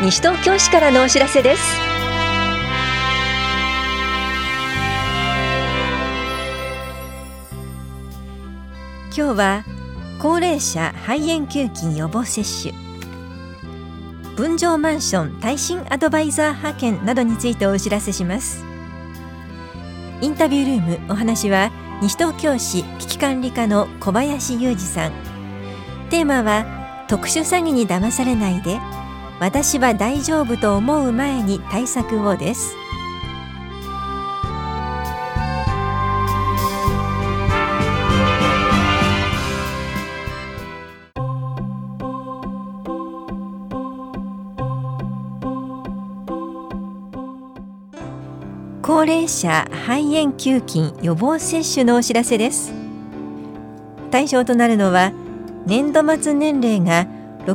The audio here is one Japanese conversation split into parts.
西東京市からのお知らせです。今日は高齢者肺炎球菌予防接種、分譲マンション耐震アドバイザー派遣などについてお知らせします。インタビュールーム、お話は西東京市危機管理課の小林裕二さん。テーマは特殊詐欺に騙されないで、私は大丈夫と思う前に対策をです。高齢者肺炎球菌予防接種のお知らせです。対象となるのは年度末年齢が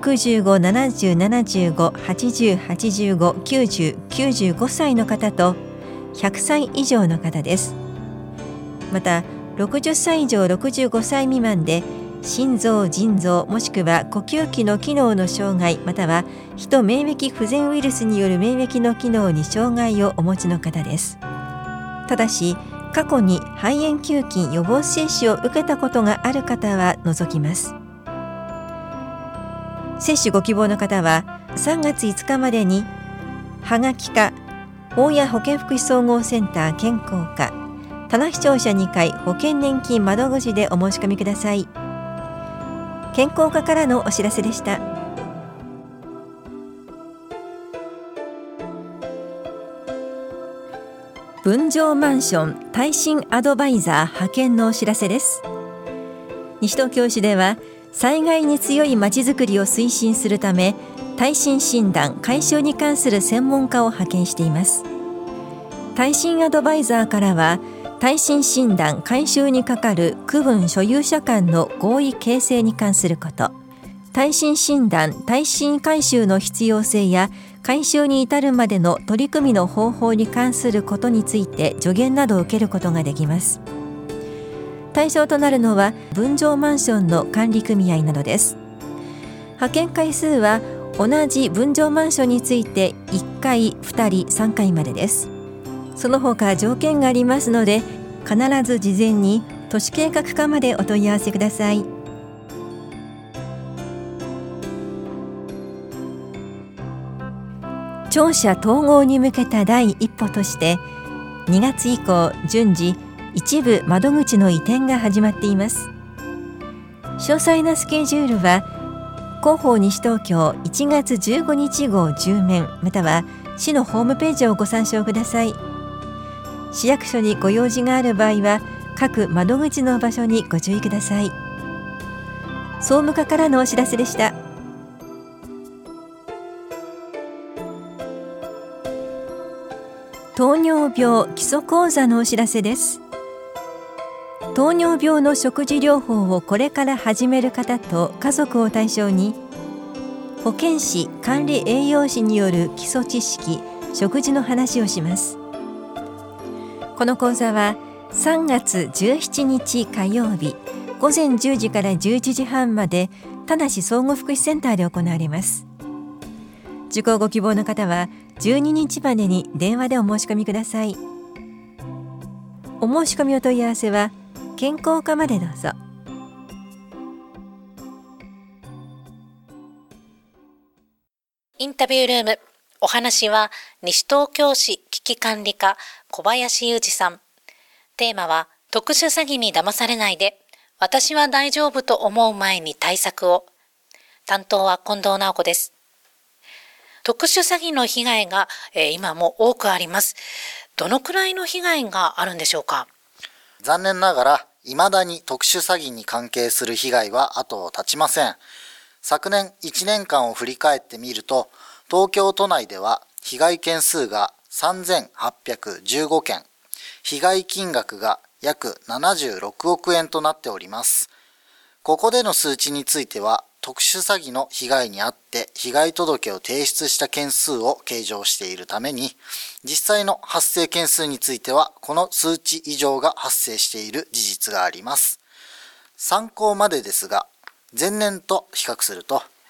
65、70、75、80、85、90、95歳の方と100歳以上の方です。また60歳以上65歳未満で心臓、腎臓もしくは呼吸器の機能の障害、またはヒト免疫不全ウイルスによる免疫の機能に障害をお持ちの方です。ただし過去に肺炎球菌予防接種を受けたことがある方は除きます。接種ご希望の方は3月5日までにはがきか大谷保健福祉総合センター健康課棚視聴者2階保険年金窓口でお申し込みください。健康課からのお知らせでした。分譲マンション耐震アドバイザー派遣のお知らせです。西東京市では災害に強いまちづくりを推進するため、耐震診断・改修に関する専門家を派遣しています。耐震アドバイザーからは、耐震診断・改修にかかる区分所有者間の合意形成に関すること、耐震診断・耐震改修の必要性や改修に至るまでの取り組みの方法に関することについて助言などを受けることができます。対象となるのは分譲マンションの管理組合などです。派遣回数は同じ分譲マンションについて1回、2人、3回までです。その他条件がありますので、必ず事前に都市計画課までお問い合わせください。庁舎統合に向けた第一歩として2月以降順次一部窓口の移転が始まっています。詳細なスケジュールは広報西東京1月15日号10面または市のホームページをご参照ください。市役所にご用事がある場合は各窓口の場所にご注意ください。総務課からのお知らせでした。糖尿病基礎講座のお知らせです。糖尿病の食事療法をこれから始める方と家族を対象に、保健師・管理栄養士による基礎知識、食事の話をします。この講座は3月17日火曜日午前10時から11時半まで田無総合福祉センターで行われます。受講ご希望の方は12日までに電話でお申し込みください。お申し込みお問い合わせは健康課までどうぞ。 インタビュールーム、お話は西東京市危機管理課小林裕二さん。テーマは特殊詐欺に騙されないで、私は大丈夫と思う前に対策を。担当は近藤直子です。特殊詐欺の被害が、今も多くあります。どのくらいの被害があるんでしょうか？ 残念ながら未だに特殊詐欺に関係する被害は後を絶ちません。昨年1年間を振り返ってみると、東京都内では被害件数が3815件、被害金額が約76億円となっております。ここでの数値については、特殊詐欺の被害に遭って被害届を提出した件数を計上しているために、実際の発生件数についてはこの数値以上が発生している事実があります。参考までですが、前年と比較すると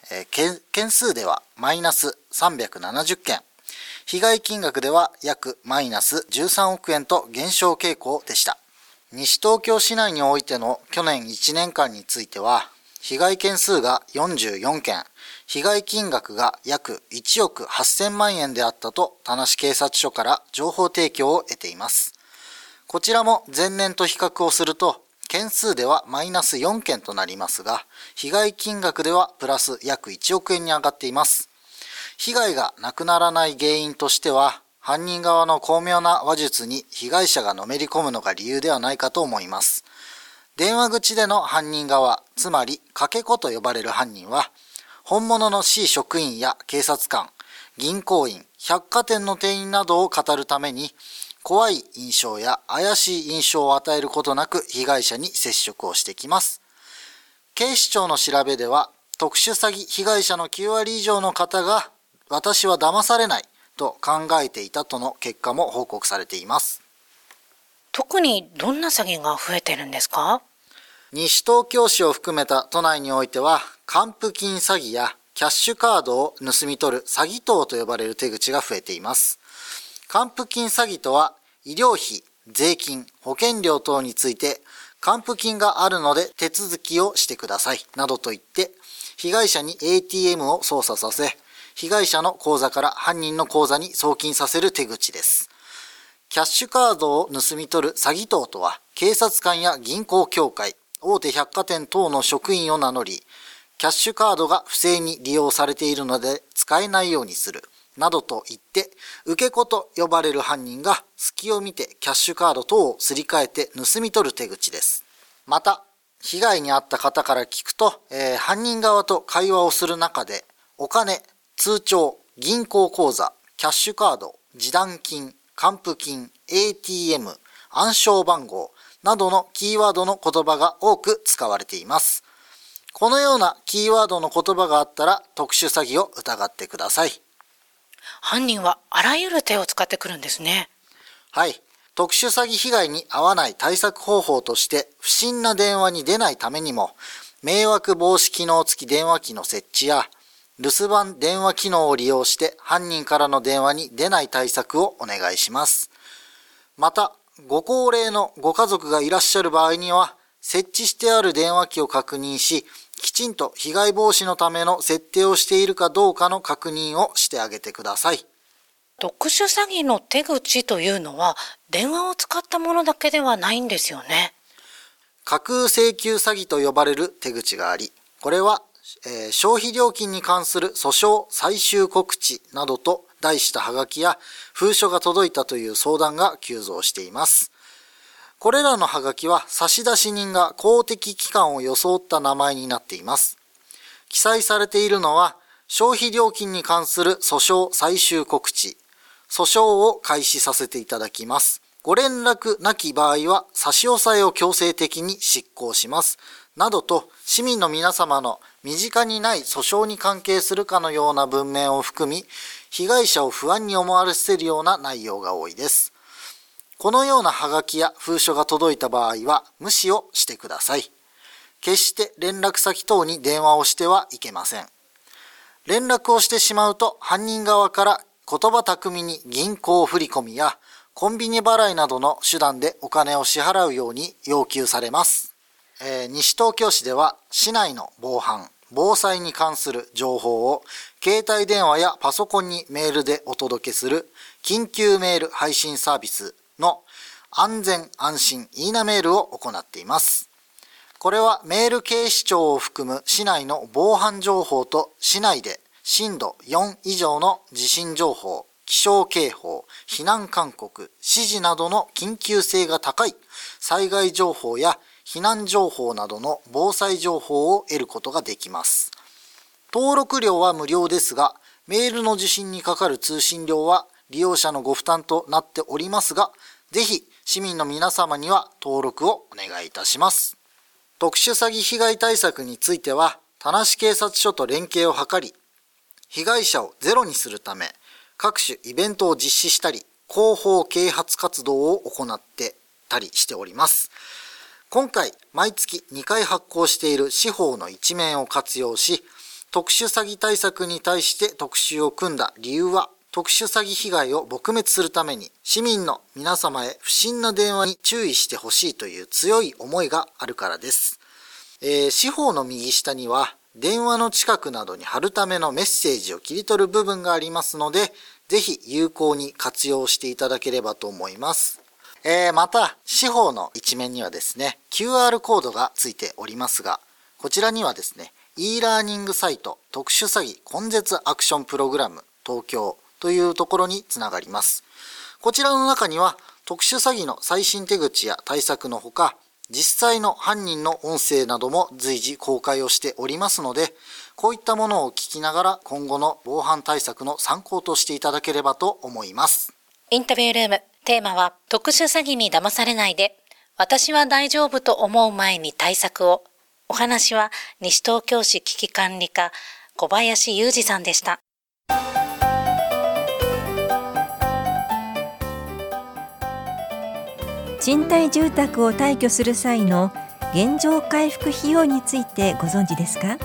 件数ではマイナス370件、被害金額では約マイナス13億円と減少傾向でした。西東京市内においての去年1年間については、被害件数が44件、被害金額が約1億8000万円であったと田無警察署から情報提供を得ています。こちらも前年と比較をすると、件数ではマイナス4件となりますが、被害金額ではプラス約1億円に上がっています。被害がなくならない原因としては、犯人側の巧妙な話術に被害者がのめり込むのが理由ではないかと思います。電話口での犯人側、つまりかけ子と呼ばれる犯人は、本物の市職員や警察官、銀行員、百貨店の店員などを語るために、怖い印象や怪しい印象を与えることなく被害者に接触をしてきます。警視庁の調べでは、特殊詐欺被害者の9割以上の方が、私は騙されないと考えていたとの結果も報告されています。 特にどんな詐欺が増えてるんですか？ 西東京市を含めた都内においては、還付金詐欺やキャッシュカードを盗み取る詐欺等と呼ばれる手口が増えています。還付金詐欺とは、医療費、税金、保険料等について、還付金があるので手続きをしてください、などと言って、被害者に ATM を操作させ、被害者の口座から犯人の口座に送金させる手口です。キャッシュカードを盗み取る詐欺等とは、警察官や銀行協会、大手百貨店等の職員を名乗り、キャッシュカードが不正に利用されているので使えないようにする、などと言って、受け子と呼ばれる犯人が隙を見てキャッシュカード等をすり替えて盗み取る手口です。また、被害に遭った方から聞くと、犯人側と会話をする中で、お金、通帳、銀行口座、キャッシュカード、示談金、還付金、ATM、暗証番号などのキーワードの言葉が多く使われています。このようなキーワードの言葉があったら特殊詐欺を疑ってください。 犯人はあらゆる手を使ってくるんですね。 はい。特殊詐欺被害に遭わない対策方法として、不審な電話に出ないためにも、迷惑防止機能付き電話機の設置や、留守番電話機能を利用して犯人からの電話に出ない対策をお願いします。また、ご高齢のご家族がいらっしゃる場合には、設置してある電話機を確認し、きちんと被害防止のための設定をしているかどうかの確認をしてあげてください。 特殊詐欺の手口というのは、電話を使ったものだけではないんですよね。 架空請求詐欺と呼ばれる手口があり、これは、消費料金に関する訴訟最終告知などと題したハガキや封書が届いたという相談が急増しています。これらのハガキは差出人が公的機関を装った名前になっています。記載されているのは、消費料金に関する訴訟最終告知、訴訟を開始させていただきます。ご連絡なき場合は差し押さえを強制的に執行します。などと市民の皆様の身近にない訴訟に関係するかのような文面を含み、被害者を不安に思わせるような内容が多いです。このようなハガキや封書が届いた場合は無視をしてください。決して連絡先等に電話をしてはいけません。連絡をしてしまうと犯人側から言葉巧みに銀行振込やコンビニ払いなどの手段でお金を支払うように要求されます。西東京市では市内の防犯・防災に関する情報を携帯電話やパソコンにメールでお届けする緊急メール配信サービスの安全安心いいなメールを行っています。これはメール警視庁を含む市内の防犯情報と市内で震度4以上の地震情報、気象警報、避難勧告、指示などの緊急性が高い災害情報や避難情報などの防災情報を得ることができます。登録料は無料ですが、メールの受信にかかる通信料は利用者のご負担となっておりますが、ぜひ市民の皆様には登録をお願いいたします。特殊詐欺被害対策については、田無警察署と連携を図り、被害者をゼロにするため、各種イベントを実施したり、広報啓発活動を行ってたりしております。今回、毎月2回発行している司法の一面を活用し、 特殊詐欺対策に対して特集を組んだ理由は、特殊詐欺被害を撲滅するために市民の皆様へ不審な電話に注意してほしいという強い思いがあるからです。司法の右下には電話の近くなどに貼るためのメッセージを切り取る部分がありますので、ぜひ有効に活用していただければと思います。また、司法の一面にはですね、QR コードがついておりますが、こちらにはですね、e ラーニングサイト特殊詐欺根絶アクションプログラム東京というところにつながります。こちらの中には特殊詐欺の最新手口や対策のほか、実際の犯人の音声なども随時公開をしておりますので、こういったものを聞きながら今後の防犯対策の参考としていただければと思います。 インタビュールーム、テーマは特殊詐欺に騙されないで、私は大丈夫と思う前に対策を。お話は西東京市危機管理課小林裕二さんでした。 賃貸住宅を退去する際の原状回復費用についてご存知ですか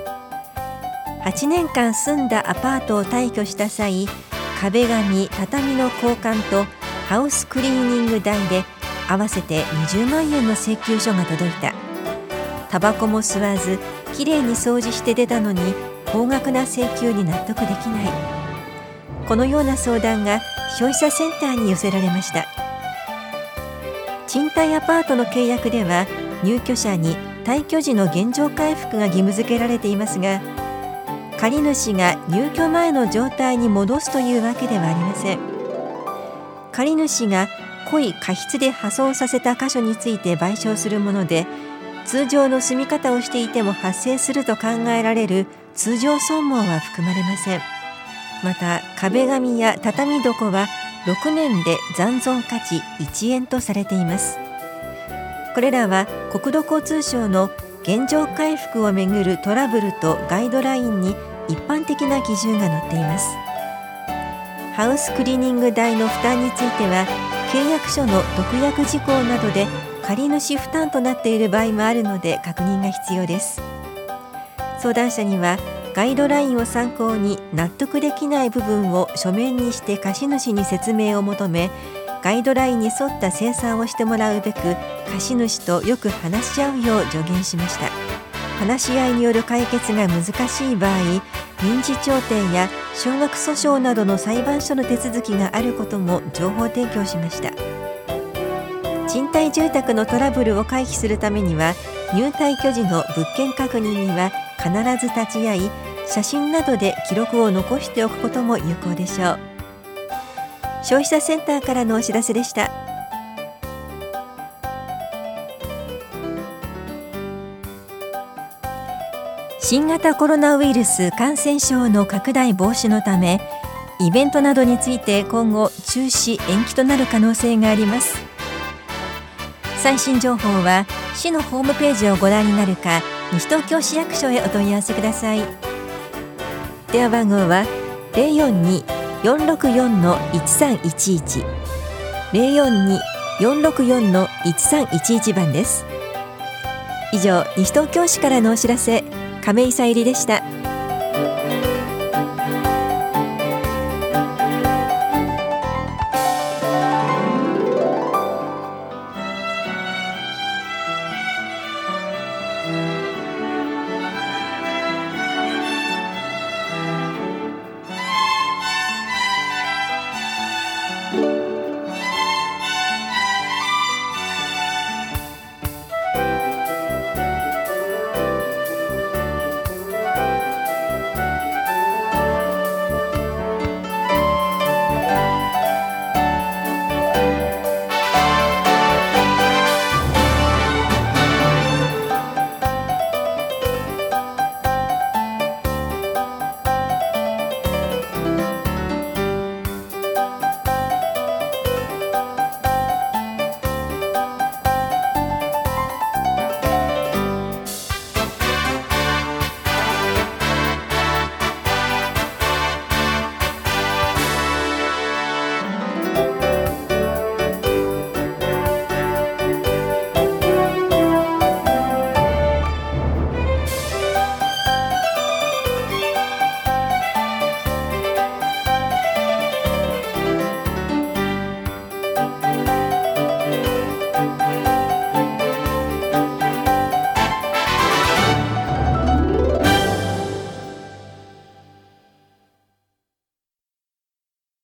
？8年間住んだアパートを退去した際、壁紙、畳の交換とハウスクリーニング代で合わせて20万円の請求書が届いた。タバコも吸わずきれいに掃除して出たのに高額な請求に納得できない。このような相談が消費者センターに寄せられました。賃貸アパートの契約では入居者に退去時の原状回復が義務付けられていますが、借主が入居前の状態に戻すというわけではありません。借主が故意過失で破損させた箇所について賠償するもので、通常の住み方をしていても発生すると考えられる通常損耗は含まれません。また壁紙や畳床は6年で残存価値1円とされています。これらは国土交通省の原状回復をめぐるトラブルとガイドラインに一般的な基準が載っています。ハウスクリーニング代の負担については契約書の特約事項などで借主負担となっている場合もあるので確認が必要です。相談者にはガイドラインを参考に納得できない部分を書面にして貸主に説明を求め、ガイドラインに沿った精算をしてもらうべく貸主とよく話し合うよう助言しました。話し合いによる解決が難しい場合、民事調停や少額訴訟などの裁判所の手続きがあることも情報提供しました。賃貸住宅のトラブルを回避するためには、入退去時の物件確認には必ず立ち会い、写真などで記録を残しておくことも有効でしょう。消費者センターからのお知らせでした。新型コロナウイルス感染症の拡大防止のため、イベントなどについて今後中止・延期となる可能性があります。最新情報は市のホームページをご覧になるか、西東京市役所へお問い合わせください。電話番号は 042-464-1311 042-464-1311 番です。以上、西東京市からのお知らせ、亀井さゆりでした。